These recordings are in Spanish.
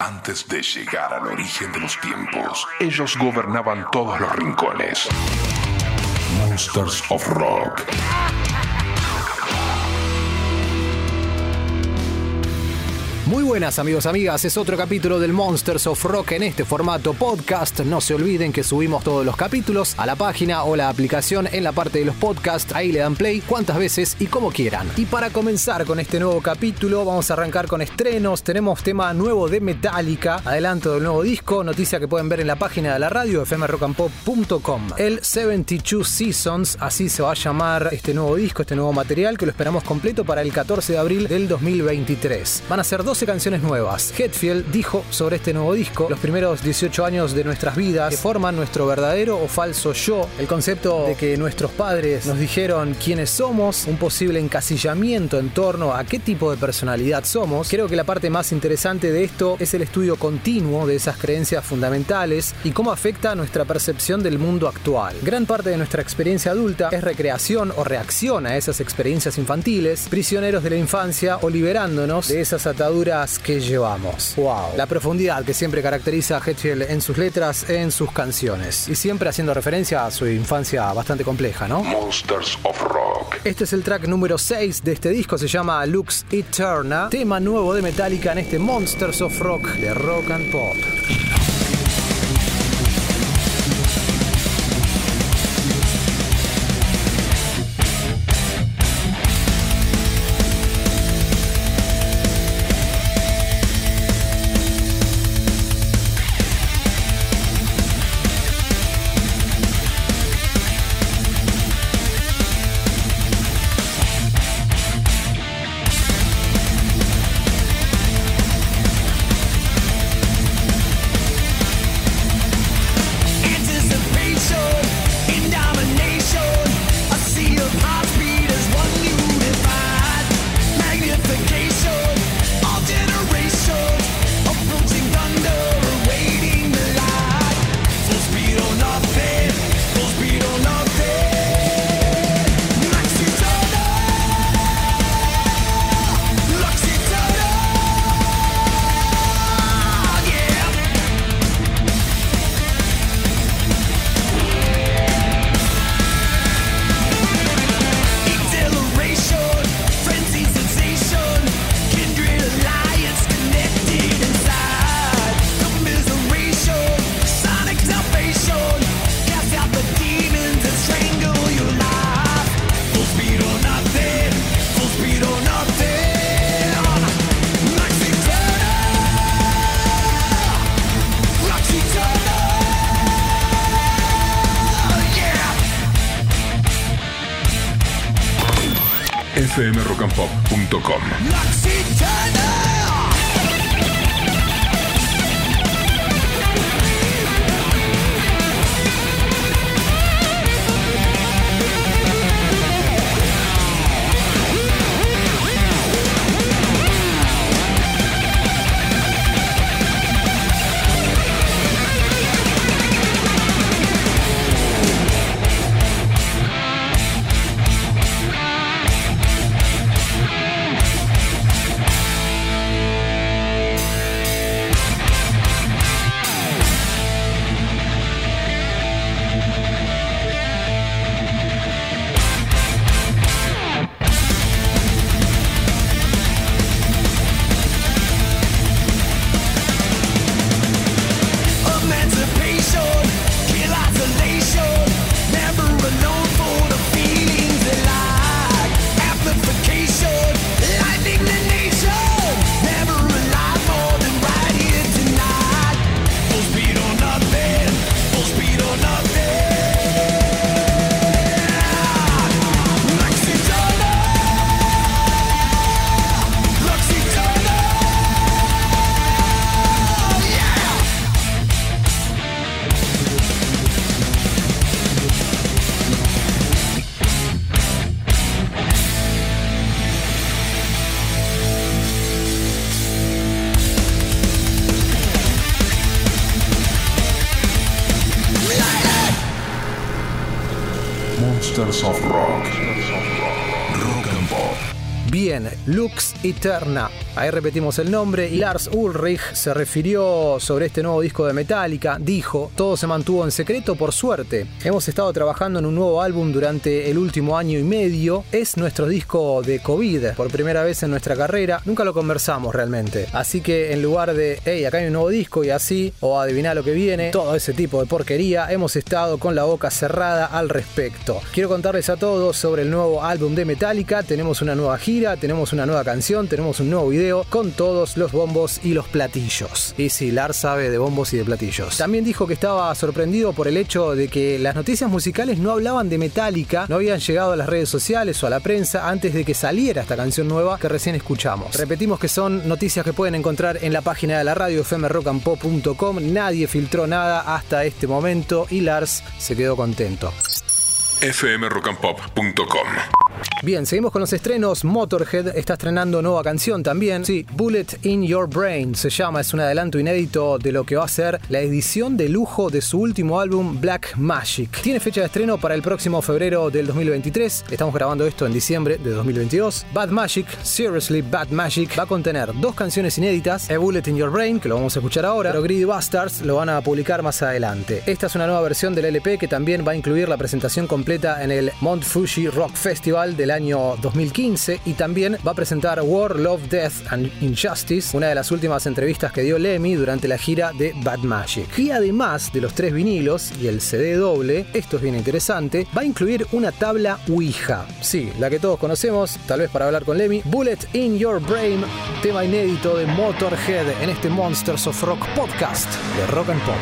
Antes de llegar al origen de los tiempos, ellos gobernaban todos los rincones. Monsters of Rock. Muy buenas amigos, amigas, es otro capítulo del Monsters of Rock en este formato podcast. No se olviden que subimos todos los capítulos a la página o la aplicación en la parte de los podcasts. Ahí le dan play cuantas veces y como quieran. Y para comenzar con este nuevo capítulo vamos a arrancar con estrenos. Tenemos tema nuevo de Metallica, adelanto del nuevo disco, noticia que pueden ver en la página de la radio fmrockandpop.com. El 72 Seasons, así se va a llamar este nuevo disco, este nuevo material que lo esperamos completo para el 14 de abril del 2023. Van a ser 12 canciones nuevas. Hetfield dijo sobre este nuevo disco: los primeros 18 años de nuestras vidas que forman nuestro verdadero o falso yo, el concepto de que nuestros padres nos dijeron quiénes somos, un posible encasillamiento en torno a qué tipo de personalidad somos. Creo que la parte más interesante de esto es el estudio continuo de esas creencias fundamentales y cómo afecta nuestra percepción del mundo actual. Gran parte de nuestra experiencia adulta es recreación o reacción a esas experiencias infantiles, prisioneros de la infancia o liberándonos de esas ataduras que llevamos. Wow. La profundidad que siempre caracteriza a Hetfield en sus letras, en sus canciones. Y siempre haciendo referencia a su infancia bastante compleja, ¿no? Monsters of Rock. Este es el track número 6 de este disco, se llama Lux Eterna, tema nuevo de Metallica en este Monsters of Rock de Rock and Pop. fmrockandpop.com. Monsters of Rock. Rock and Pop. Bien, Lux Eterna, Ahí repetimos el nombre y Lars Ulrich se refirió sobre este nuevo disco de Metallica. Dijo: todo se mantuvo en secreto por suerte. Hemos estado trabajando en un nuevo álbum durante el último año y medio. Es nuestro disco de COVID. Por primera vez en nuestra carrera. Nunca lo conversamos realmente. Así que en lugar de, hey, acá hay un nuevo disco y así, o adiviná lo que viene, todo ese tipo de porquería, hemos estado con la boca cerrada al respecto. Quiero contarles a todos sobre el nuevo álbum de Metallica. Tenemos una nueva gira, tenemos una nueva canción, tenemos un nuevo video con todos los bombos y los platillos. Y sí, Lars sabe de bombos y de platillos. También dijo que estaba sorprendido por el hecho de que las noticias musicales no hablaban de Metallica, no habían llegado a las redes sociales o a la prensa antes de que saliera esta canción nueva que recién escuchamos. Repetimos que son noticias que pueden encontrar en la página de la radio fmrockandpop.com. Nadie filtró nada hasta este momento y Lars se quedó contento. fmrockandpop.com. Bien, seguimos con los estrenos. Motorhead está estrenando nueva canción también. Sí, Bullet in Your Brain se llama, es un adelanto inédito de lo que va a ser la edición de lujo de su último álbum Black Magic. Tiene fecha de estreno para el próximo febrero del 2023. Estamos grabando esto en diciembre de 2022. Bad Magic, Seriously Bad Magic, va a contener 2 canciones inéditas: A Bullet in Your Brain, que lo vamos a escuchar ahora, pero Greedy Bastards lo van a publicar más adelante. Esta es una nueva versión del LP que también va a incluir la presentación completa en el Mount Fuji Rock Festival del año 2015 y también va a presentar War, Love, Death and Injustice, una de las últimas entrevistas que dio Lemmy durante la gira de Bad Magic. Y además de los 3 vinilos y el CD doble, esto es bien interesante, va a incluir una tabla Ouija. Sí, la que todos conocemos, tal vez para hablar con Lemmy. Bullet in Your Brain, tema inédito de Motorhead en este Monsters of Rock podcast de Rock and Pop.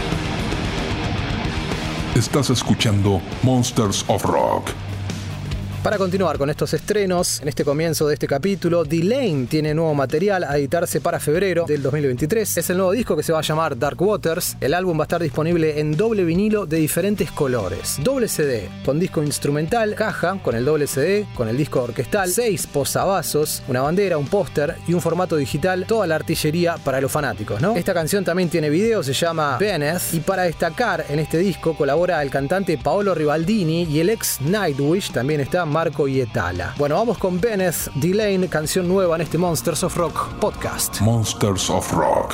Estás escuchando Monsters of Rock. Para continuar con estos estrenos, en este comienzo de este capítulo, D-Lane tiene nuevo material a editarse para febrero del 2023. Es el nuevo disco que se va a llamar Dark Waters. El álbum va a estar disponible en doble vinilo de diferentes colores. Doble CD, con disco instrumental, caja, con el doble CD, con el disco orquestal, 6 posavasos, una bandera, un póster y un formato digital, toda la artillería para los fanáticos, ¿no? Esta canción también tiene video, se llama Benneth, y para destacar en este disco colabora el cantante Paolo Ribaldini y el ex Nightwish, también está Marco Hietala. Bueno, vamos con Benneth, D-Lane, canción nueva en este Monsters of Rock podcast. Monsters of Rock.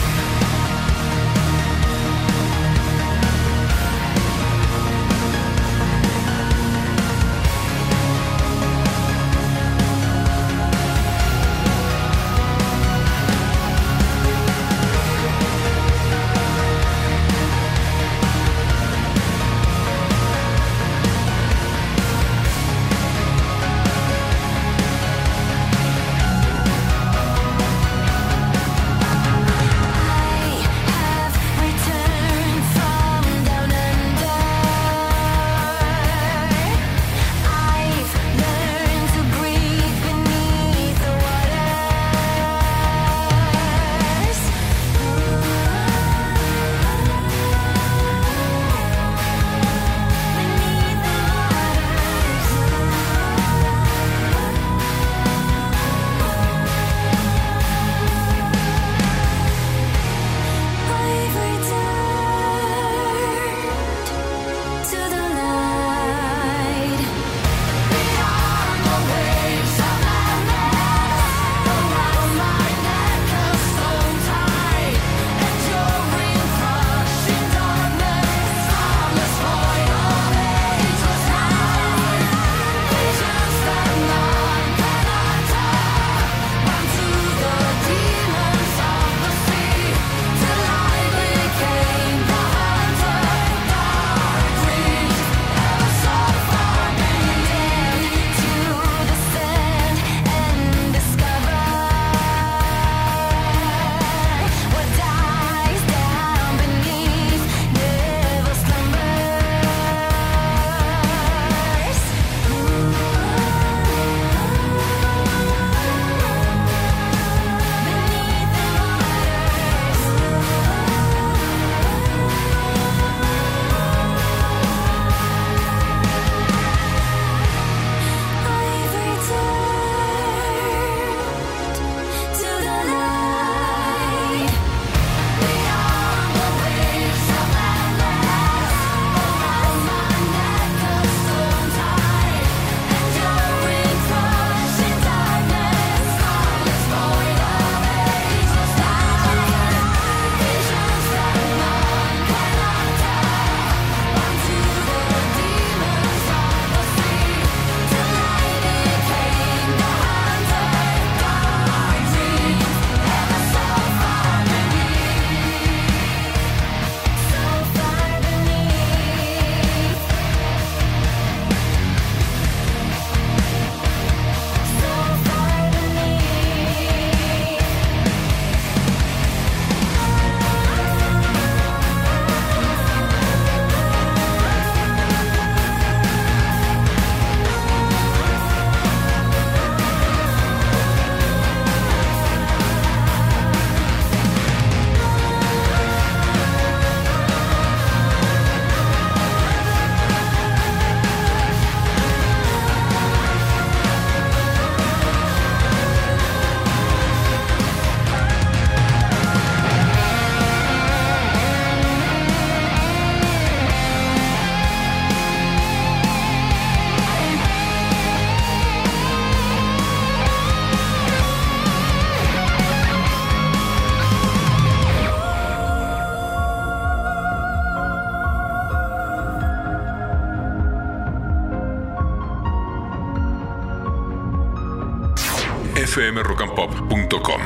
fmrockandpop.com.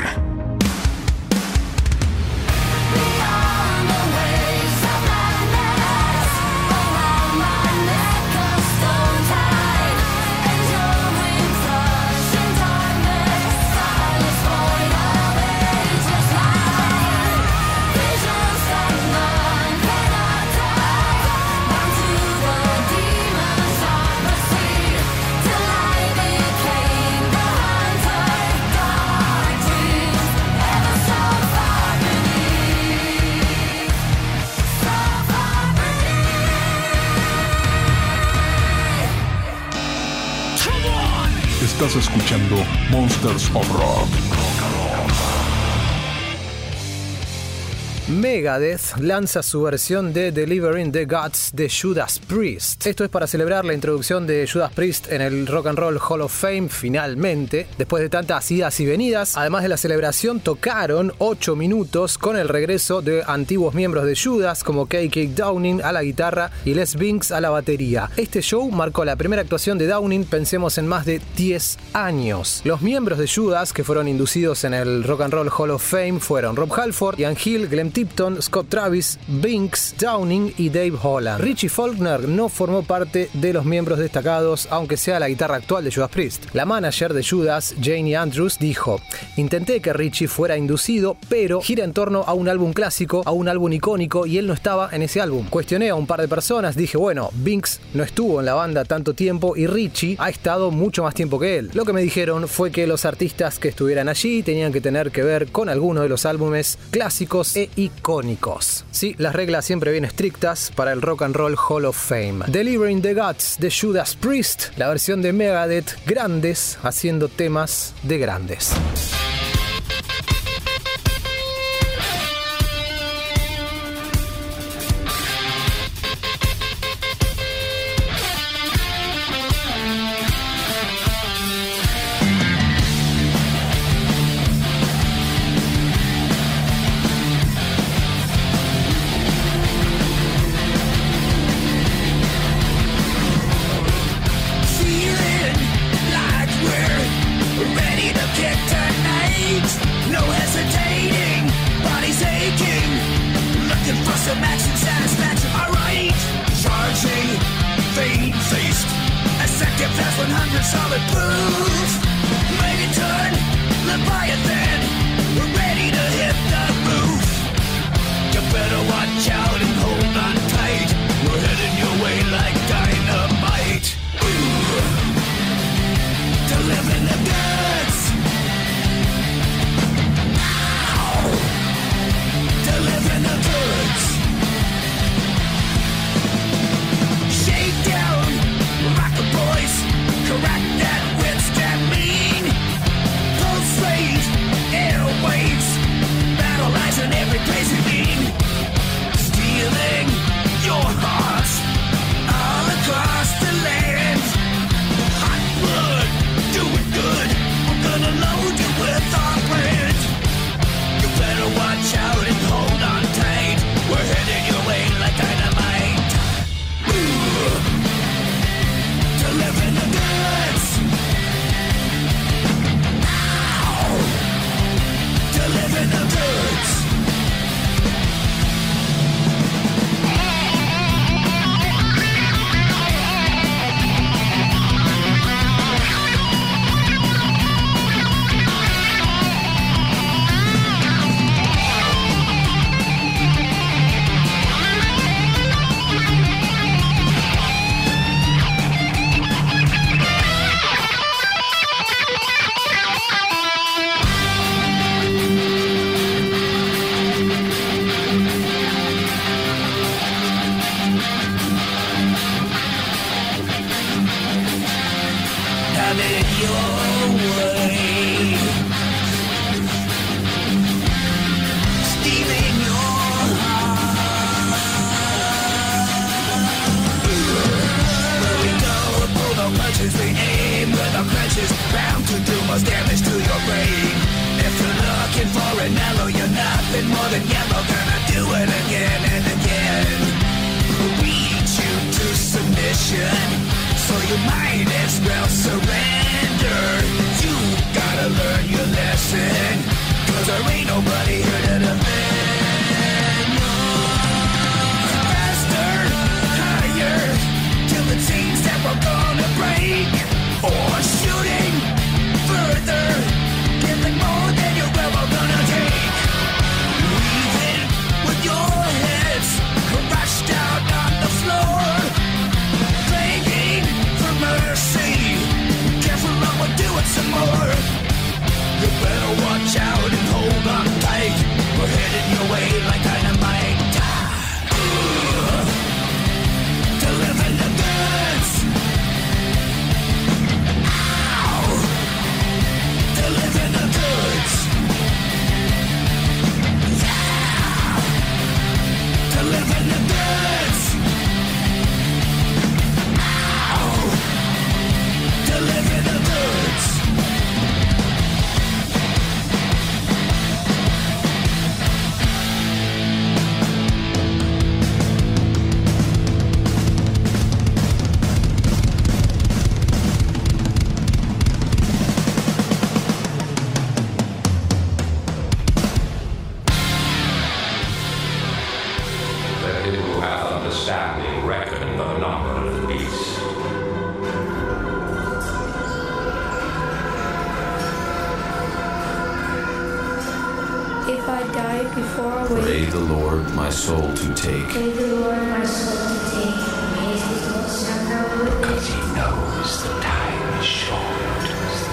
To Estás escuchando Monsters of Rock. Megadeth lanza su versión de Delivering the Gods de Judas Priest. Esto es para celebrar la introducción de Judas Priest en el Rock and Roll Hall of Fame, finalmente. Después de tantas idas y venidas, además de la celebración, tocaron 8 minutos con el regreso de antiguos miembros de Judas como K.K. Downing a la guitarra y Les Binks a la batería. Este show marcó la primera actuación de Downing, pensemos, en más de 10 años. Los miembros de Judas que fueron inducidos en el Rock and Roll Hall of Fame fueron Rob Halford, Ian Hill, Glenn Tipton, Scott Travis, Binks, Downing y Dave Holland. Richie Faulkner no formó parte de los miembros destacados, aunque sea la guitarra actual de Judas Priest. La manager de Judas, Janie Andrews, dijo: intenté que Richie fuera inducido, pero gira en torno a un álbum clásico, a un álbum icónico, y él no estaba en ese álbum. Cuestioné a un par de personas, dije, bueno, Binks no estuvo en la banda tanto tiempo y Richie ha estado mucho más tiempo que él. Lo que me dijeron fue que los artistas que estuvieran allí tenían que tener que ver con alguno de los álbumes clásicos e icónicos. Sí, las reglas siempre bien estrictas para el Rock and Roll Hall of Fame. Delivering the Gods de Judas Priest, la versión de Megadeth, grandes haciendo temas de grandes. So you might as well surrender. You gotta learn your lesson, 'cause there ain't nobody here to defend. Faster, higher, till it seems that we're gonna break. Or shooting further, giving more than you're ever gonna take. Breathing with your heads crushed out on the floor, begging for mercy. Careful, I will do it some more. You better watch out and hold on tight. Pray the Lord my soul to take. Cause he knows the time is short.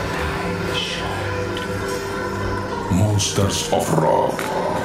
Monsters of Rock.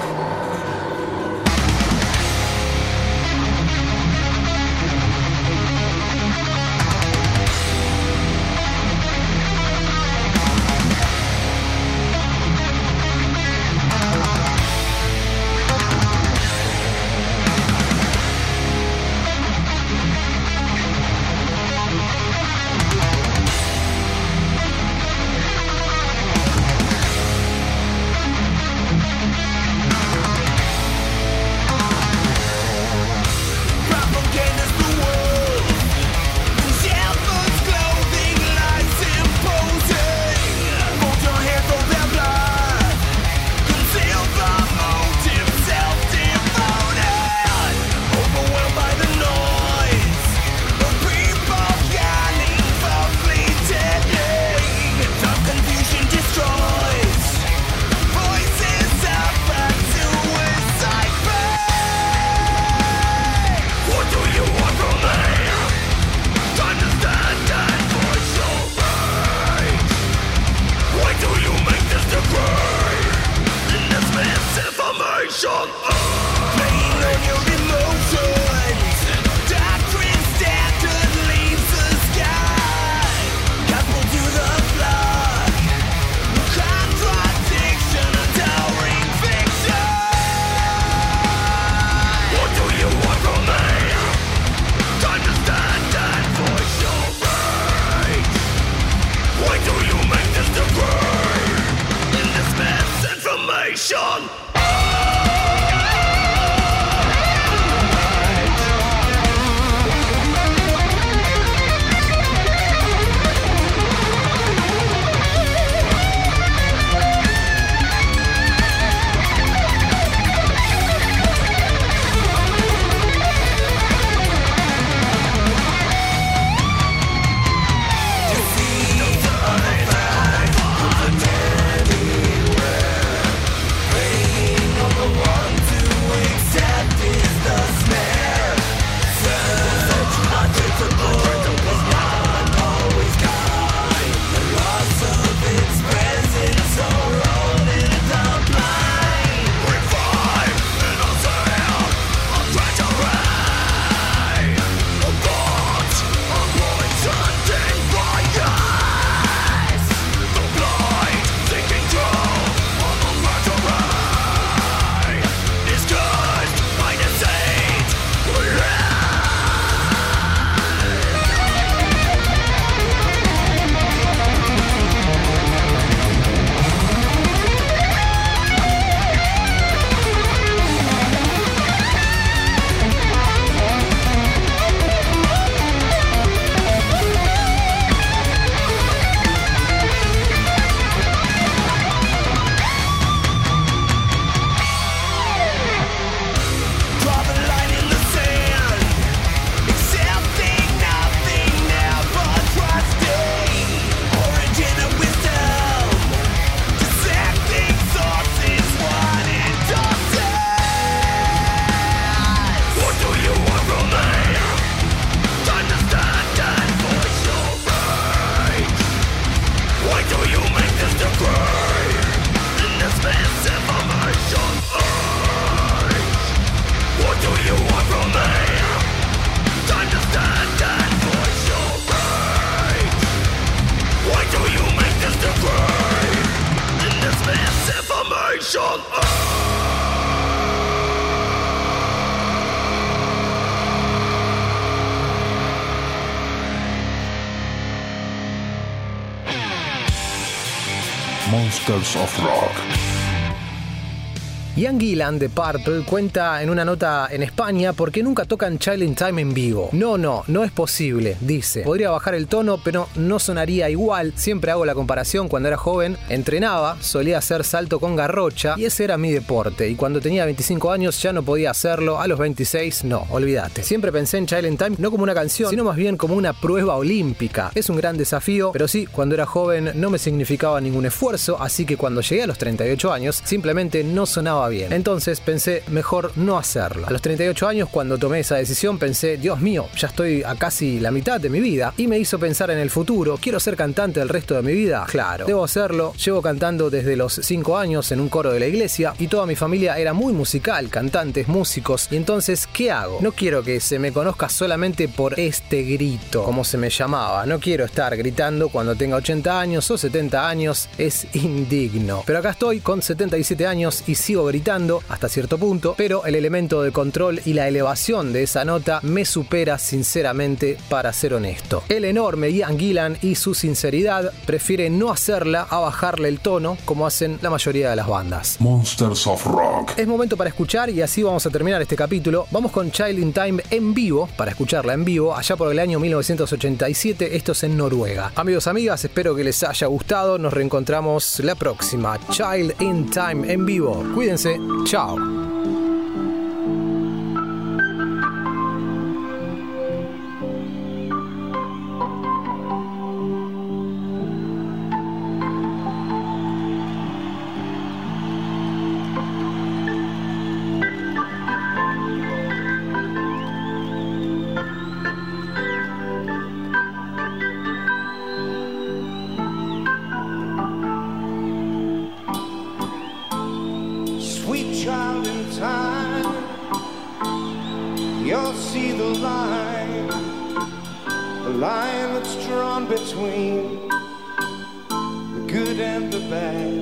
Monsters of Rock. Ian Gillan de Purple cuenta en una nota en España por qué nunca tocan Child in Time en vivo. No es posible, dice. Podría bajar el tono, pero no sonaría igual. Siempre hago la comparación. Cuando era joven, entrenaba, solía hacer salto con garrocha y ese era mi deporte. Y cuando tenía 25 años ya no podía hacerlo. A los 26, no, olvídate. Siempre pensé en Child in Time no como una canción, sino más bien como una prueba olímpica. Es un gran desafío, pero sí, cuando era joven no me significaba ningún esfuerzo, así que cuando llegué a los 38 años, simplemente no sonaba estaba bien. Entonces pensé, mejor no hacerlo. A los 38 años, cuando tomé esa decisión, pensé, Dios mío, ya estoy a casi la mitad de mi vida. Y me hizo pensar en el futuro. ¿Quiero ser cantante el resto de mi vida? Claro, debo hacerlo. Llevo cantando desde los 5 años en un coro de la iglesia y toda mi familia era muy musical, cantantes, músicos. Y entonces, ¿qué hago? No quiero que se me conozca solamente por este grito, como se me llamaba. No quiero estar gritando cuando tenga 80 años o 70 años. Es indigno. Pero acá estoy con 77 años y sigo gritando hasta cierto punto, pero el elemento de control y la elevación de esa nota me supera sinceramente, para ser honesto. El enorme Ian Gillan y su sinceridad prefiere no hacerla a bajarle el tono como hacen la mayoría de las bandas. Monsters of Rock. Es momento para escuchar y así vamos a terminar este capítulo. Vamos con Child in Time en vivo, para escucharla en vivo, allá por el año 1987, esto es en Noruega. Amigos, amigas, espero que les haya gustado, nos reencontramos la próxima. Child in Time en vivo. Cuídense, chao. Child in time, you'll see the line that's drawn between the good and the bad.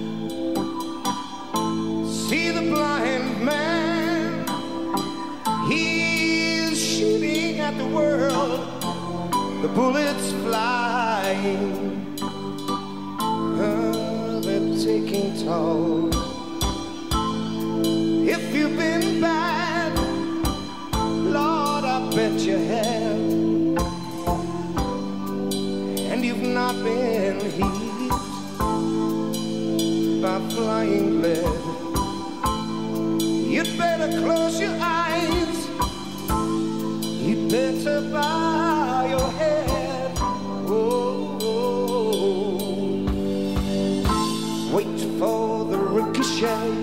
See the blind man, he's shooting at the world, the bullets flying, they're taking toll. If you've been bad, Lord, I bet you have, and you've not been healed by flying lead, you'd better close your eyes, you'd better bow your head. Oh, wait for the ricochet.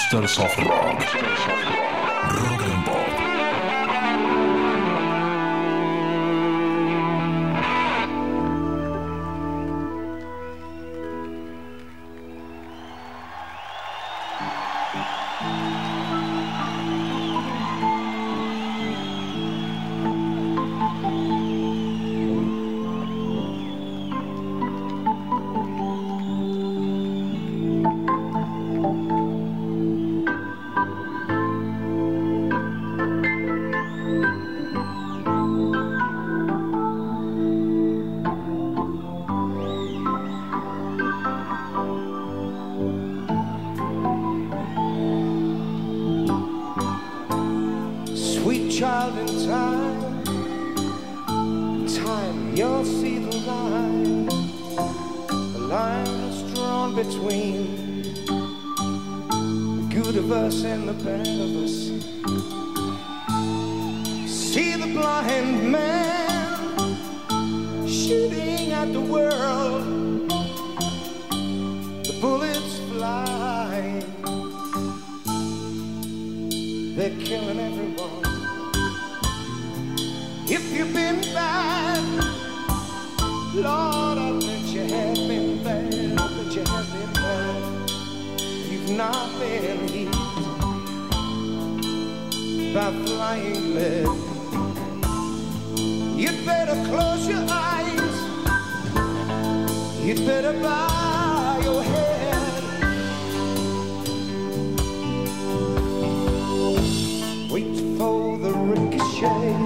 Monsters of Rock. Rock and Pop. Child in time, you'll see the line is drawn between the good of us and the bad of us. See the blind man shooting at the world, the bullets fly, they're killing everyone. If you've been bad, Lord, I bet you have been bad. I bet you have been bad. You've not been hit by flying lead. You'd better close your eyes. You'd better bow your head. Wait for the ricochet.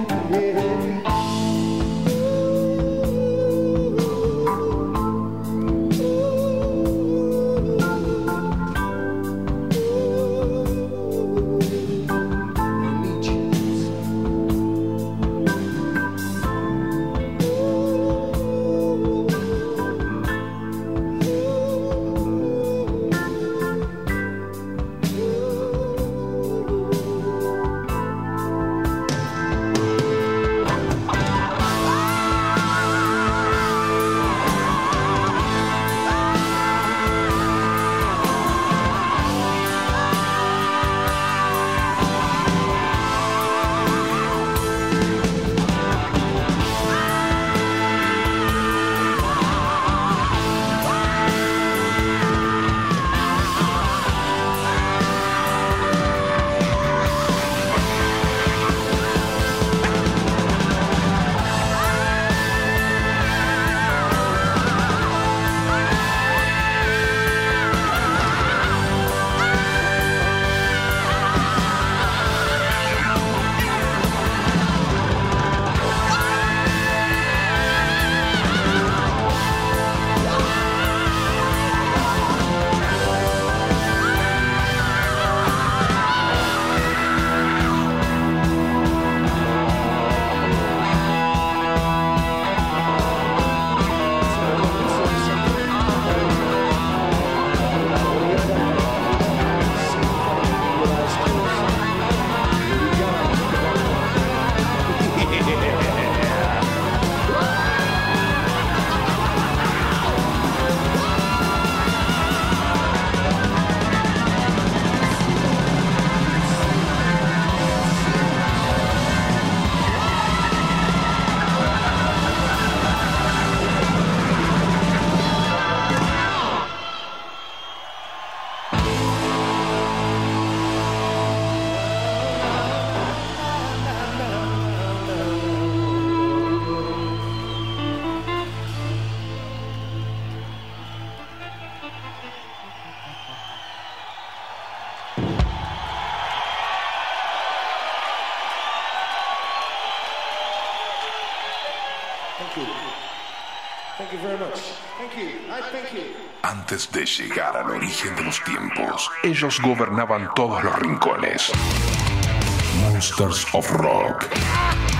Thank you very much. Thank you. Thank you. Antes de llegar al origen de los tiempos, ellos gobernaban todos los rincones. Monsters of Rock.